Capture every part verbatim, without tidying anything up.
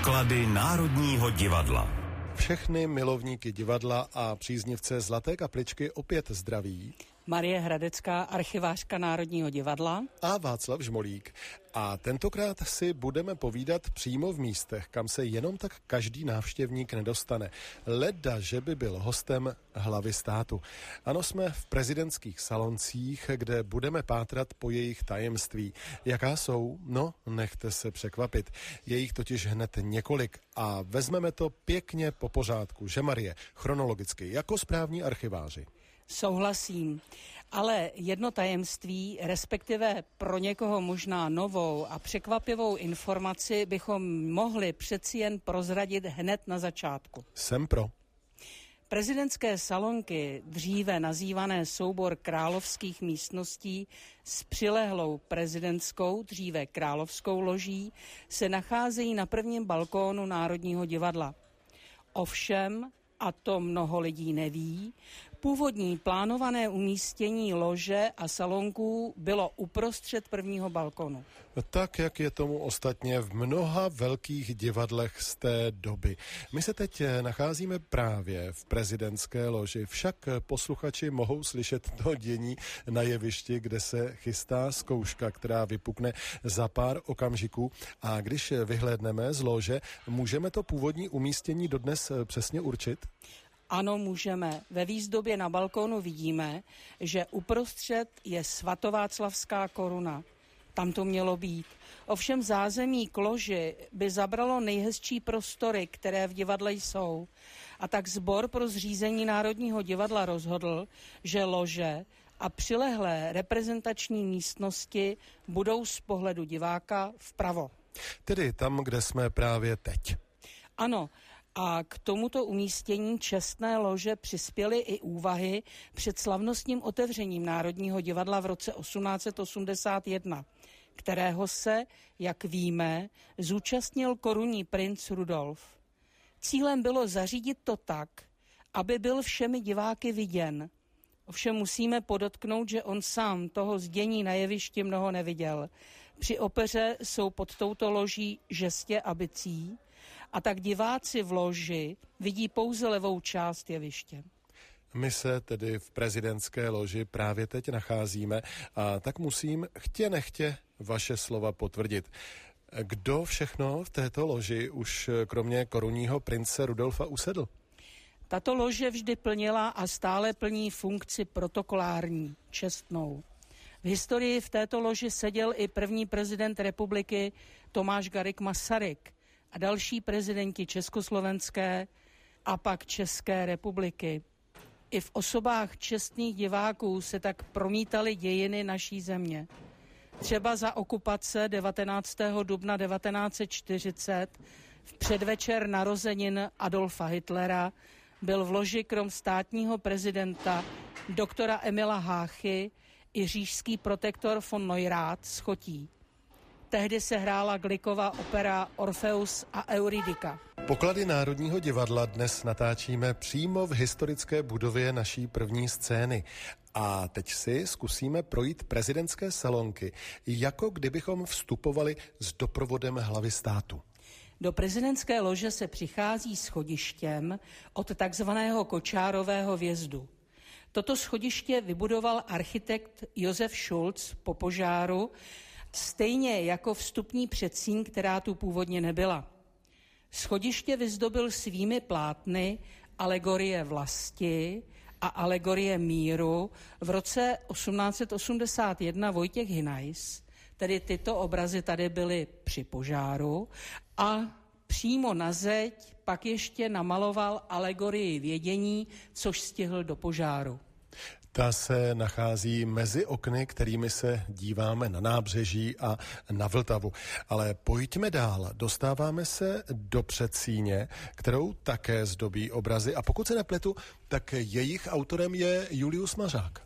Poklady Národního divadla. Všechny milovníky divadla a příznivce Zlaté kapličky opět zdraví Marie Hradecká, archivářka Národního divadla, a Václav Žmolík. A tentokrát si budeme povídat přímo v místech, kam se jenom tak každý návštěvník nedostane. Leda, že by byl hostem hlavy státu. Ano, jsme v prezidentských saloncích, kde budeme pátrat po jejich tajemství. Jaká jsou? No, nechte se překvapit. Je jich totiž hned několik a vezmeme to pěkně po pořádku, že Marie, chronologicky, jako správní archiváři. Souhlasím, ale jedno tajemství, respektive pro někoho možná novou a překvapivou informaci bychom mohli přeci jen prozradit hned na začátku. Jsem pro. Prezidentské salonky, dříve nazývané soubor královských místností s přilehlou prezidentskou, dříve královskou loží, se nacházejí na prvním balkónu Národního divadla. Ovšem, a to mnoho lidí neví, původní plánované umístění lože a salonků bylo uprostřed prvního balkonu. Tak, jak je tomu ostatně v mnoha velkých divadlech z té doby. My se teď nacházíme právě v prezidentské loži, však posluchači mohou slyšet to dění na jevišti, kde se chystá zkouška, která vypukne za pár okamžiků. A když vyhlédneme z lože, můžeme to původní umístění dodnes přesně určit? Ano, můžeme. Ve výzdobě na balkónu vidíme, že uprostřed je svatováclavská koruna. Tam to mělo být. Ovšem zázemí k loži by zabralo nejhezčí prostory, které v divadle jsou. A tak sbor pro zřízení Národního divadla rozhodl, že lože a přilehlé reprezentační místnosti budou z pohledu diváka vpravo. Tedy tam, kde jsme právě teď. Ano. A k tomuto umístění čestné lože přispěly i úvahy před slavnostním otevřením Národního divadla v roce osmnáct osmdesát jedna, kterého se, jak víme, zúčastnil korunní princ Rudolf. Cílem bylo zařídit to tak, aby byl všemi diváky viděn. Ovšem musíme podotknout, že on sám toho zdění na jevišti mnoho neviděl. Při opeře jsou pod touto loží žestě a bicí, a tak diváci v loži vidí pouze levou část jeviště. My se tedy v prezidentské loži právě teď nacházíme a tak musím chtě nechtě vaše slova potvrdit. Kdo všechno v této loži už kromě korunního prince Rudolfa usedl? Tato lože vždy plnila a stále plní funkci protokolární, čestnou. V historii v této loži seděl i první prezident republiky Tomáš Garrigue Masaryk a další prezidenti československé a pak České republiky. I v osobách čestných diváků se tak promítaly dějiny naší země. Třeba za okupace devatenáctého dubna devatenáct set čtyřicet v předvečer narozenin Adolfa Hitlera byl v loži krom státního prezidenta doktora Emila Háchy i říšský protektor von Neurath z Chotí. Tehdy se hrála Gluckova opera Orfeus a Eurydika. Poklady Národního divadla dnes natáčíme přímo v historické budově naší první scény. A teď si zkusíme projít prezidentské salonky, jako kdybychom vstupovali s doprovodem hlavy státu. Do prezidentské lože se přichází schodištěm od takzvaného Kočárového vjezdu. Toto schodiště vybudoval architekt Josef Schulz po požáru, stejně jako vstupní předsíň, která tu původně nebyla. Schodiště vyzdobil svými plátny alegorie vlasti a alegorie míru v roce osmnáct set osmdesát jedna Vojtěch Hinajs, tedy tyto obrazy tady byly při požáru, a přímo na zeď pak ještě namaloval alegorii vědění, což stihl do požáru. Ta se nachází mezi okny, kterými se díváme na nábřeží a na Vltavu. Ale pojďme dál. Dostáváme se do předsíně, kterou také zdobí obrazy. A pokud se nepletu, tak jejich autorem je Julius Mařák.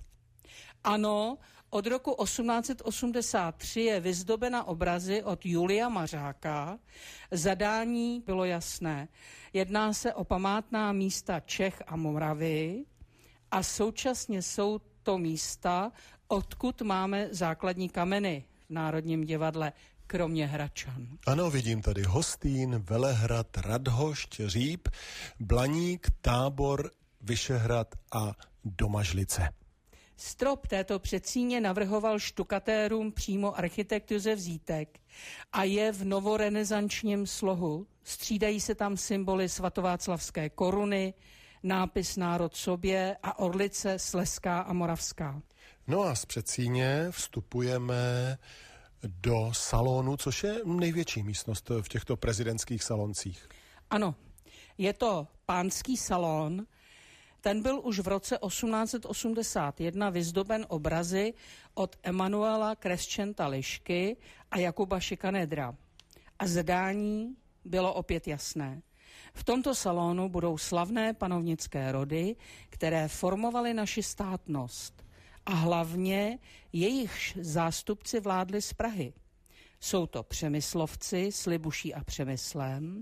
Ano, od roku osmnáct set osmdesát tři je vyzdobena obrazy od Julia Mařáka. Zadání bylo jasné. Jedná se o památná místa Čech a Moravy a současně jsou to místa, odkud máme základní kameny v Národním divadle. kromě Hradčan. Ano, vidím tady Hostýn, Velehrad, Radhošť, Říp, Blaník, Tábor, Vyšehrad a Domažlice. Strop této předsíně navrhoval štukatérům přímo architekt Josef Zítek a je v novorenesančním slohu. Střídají se tam symboly svatováclavské koruny, nápis Národ sobě a orlice slezská a moravská. No a z předsíně vstupujeme do salonu, což je největší místnost v těchto prezidentských saloncích. Ano, je to pánský salon. Ten byl už v roce osmnáct set osmdesát jedna vyzdoben obrazy od Emanuela Kresčenta Lišky a Jakuba Šikanedra. A zadání bylo opět jasné. V tomto salonu budou slavné panovnické rody, které formovaly naši státnost. A hlavně jejich zástupci vládli z Prahy. Jsou to Přemyslovci s Libuší a Přemyslem.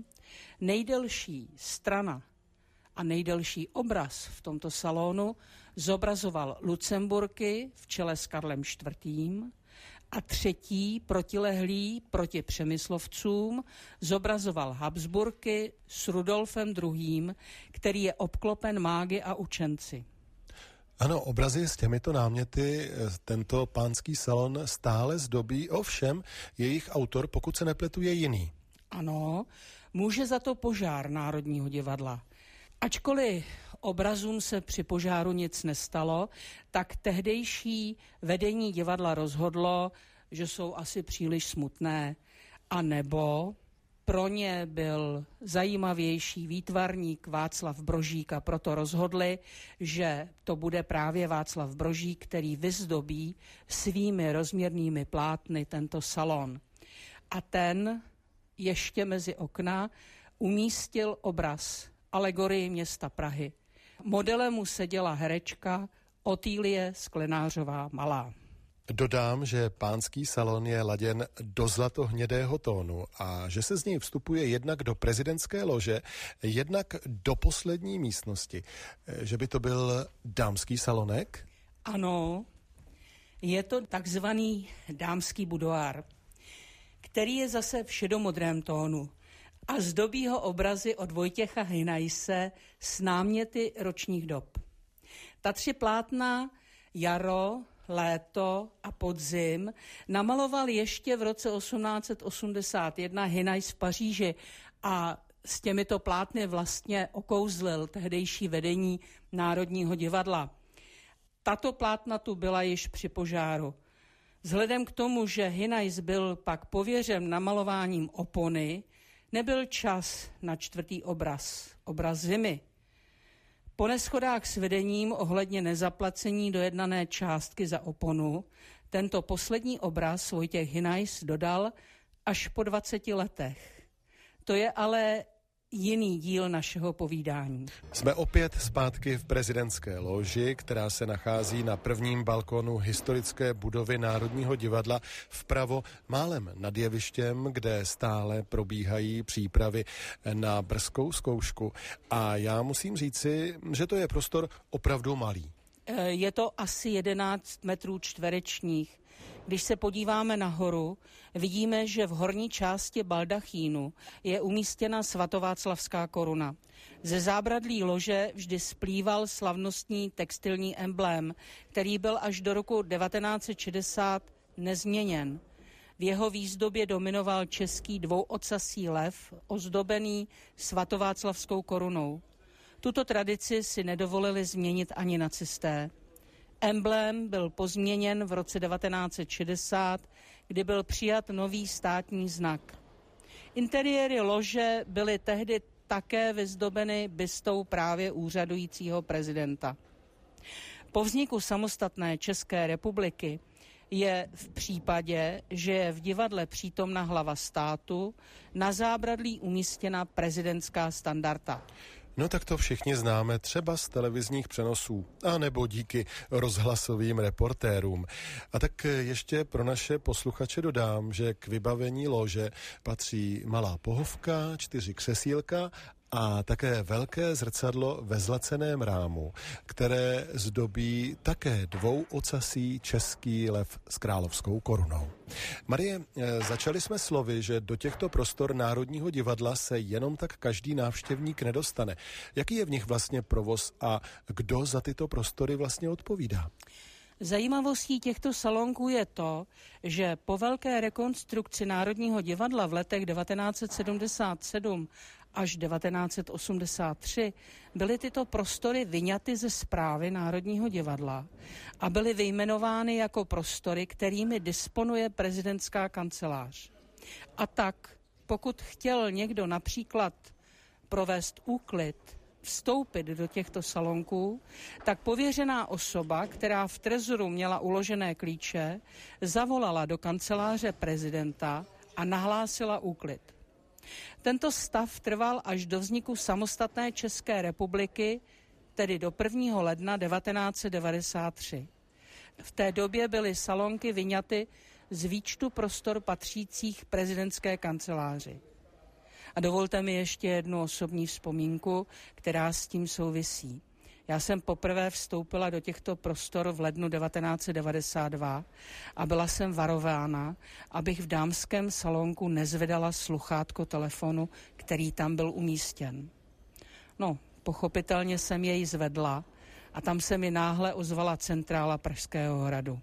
Nejdelší strana a nejdelší obraz v tomto salonu zobrazoval Lucemburky v čele s Karlem čtvrtým. A třetí, protilehlý proti Přemyslovcům, zobrazoval Habsburky s Rudolfem druhým., který je obklopen mágy a učenci. Ano, obrazy s těmito náměty tento pánský salon stále zdobí, ovšem jejich autor, pokud se nepletu, je jiný. Ano, může za to požár Národního divadla. Ačkoliv obrazům se při požáru nic nestalo, tak tehdejší vedení divadla rozhodlo, že jsou asi příliš smutné, a nebo pro ně byl zajímavější výtvarník Václav Brožík a proto rozhodli, že to bude právě Václav Brožík, který vyzdobí svými rozměrnými plátny tento salon. A ten ještě mezi okna umístil obraz Alegorii města Prahy. Modelem mu seděla herečka Otýlie Sklenářová Malá. Dodám, že pánský salon je laděn do zlatohnědého tónu a že se z něj vstupuje jednak do prezidentské lože, jednak do poslední místnosti. Že by to byl dámský salonek? Ano, je to takzvaný dámský budoár, který je zase v šedomodrém tónu a zdobí ho obrazy od Vojtěcha Hynajse s náměty ročních dob. Ta tři plátna jaro, léto a podzim namaloval ještě v roce osmnáct set osmdesát jedna Hynajs v Paříži a s těmito plátny vlastně okouzlil tehdejší vedení Národního divadla. Tato plátna tu byla již při požáru. Vzhledem k tomu, že Hynajs byl pak pověřen namalováním opony, nebyl čas na čtvrtý obraz, obraz zimy. Po neschodách s vedením ohledně nezaplacení dojednané částky za oponu tento poslední obraz Vojtěch Hynajs dodal až po dvaceti letech. To je ale jiný díl našeho povídání. Jsme opět zpátky v prezidentské loži, která se nachází na prvním balkonu historické budovy Národního divadla vpravo málem nad jevištěm, kde stále probíhají přípravy na brzkou zkoušku. A já musím říci, že to je prostor opravdu malý. Je to asi jedenáct metrů čtverečních. Když se podíváme nahoru, vidíme, že v horní části baldachínu je umístěna svatováclavská koruna. Ze zábradlí lože vždy splýval slavnostní textilní emblém, který byl až do roku devatenáct set šedesát nezměněn. V jeho výzdobě dominoval český dvouocasý lev, ozdobený svatováclavskou korunou. Tuto tradici si nedovolili změnit ani nacisté. Emblém byl pozměněn v roce devatenáct set šedesát, kdy byl přijat nový státní znak. Interiéry lože byly tehdy také vyzdobeny bystou právě úřadujícího prezidenta. Po vzniku samostatné České republiky je v případě, že je v divadle přítomna hlava státu, na zábradlí umístěna prezidentská standarta. No tak to všichni známe třeba z televizních přenosů, anebo díky rozhlasovým reportérům. A tak ještě pro naše posluchače dodám, že k vybavení lože patří malá pohovka, čtyři křesílka a také velké zrcadlo ve zlaceném rámu, které zdobí také dvouocasý český lev s královskou korunou. Marie, začali jsme slovy, že do těchto prostor Národního divadla se jenom tak každý návštěvník nedostane. Jaký je v nich vlastně provoz a kdo za tyto prostory vlastně odpovídá? Zajímavostí těchto salonků je to, že po velké rekonstrukci Národního divadla v letech devatenáct set sedmdesát sedm až devatenáct set osmdesát tři byly tyto prostory vyňaty ze správy Národního divadla a byly vyjmenovány jako prostory, kterými disponuje prezidentská kancelář. A tak, pokud chtěl někdo například provést úklid, vstoupit do těchto salonků, tak pověřená osoba, která v trezoru měla uložené klíče, zavolala do kanceláře prezidenta a nahlásila úklid. Tento stav trval až do vzniku samostatné České republiky, tedy do prvního ledna devatenáct set devadesát tři. V té době byly salonky vyňaty z výčtu prostor patřících prezidentské kanceláři. A dovolte mi ještě jednu osobní vzpomínku, která s tím souvisí. Já jsem poprvé vstoupila do těchto prostor v lednu devatenáct set devadesát dva a byla jsem varována, abych v dámském salonku nezvedala sluchátko telefonu, který tam byl umístěn. No, pochopitelně jsem jej zvedla a tam se mi náhle ozvala centrála Pražského hradu.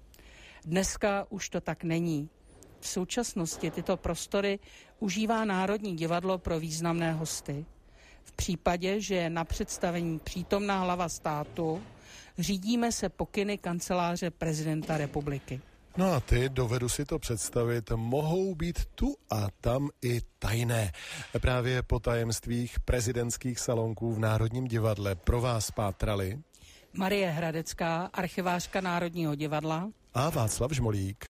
Dneska už to tak není. V současnosti tyto prostory užívá Národní divadlo pro významné hosty. V případě, že je na představení přítomná hlava státu, řídíme se pokyny kanceláře prezidenta republiky. No a ty, dovedu si to představit, mohou být tu a tam i tajné. Právě po tajemstvích prezidentských salonků v Národním divadle pro vás pátrali Marie Hradecká, archivářka Národního divadla, a Václav Žmolík.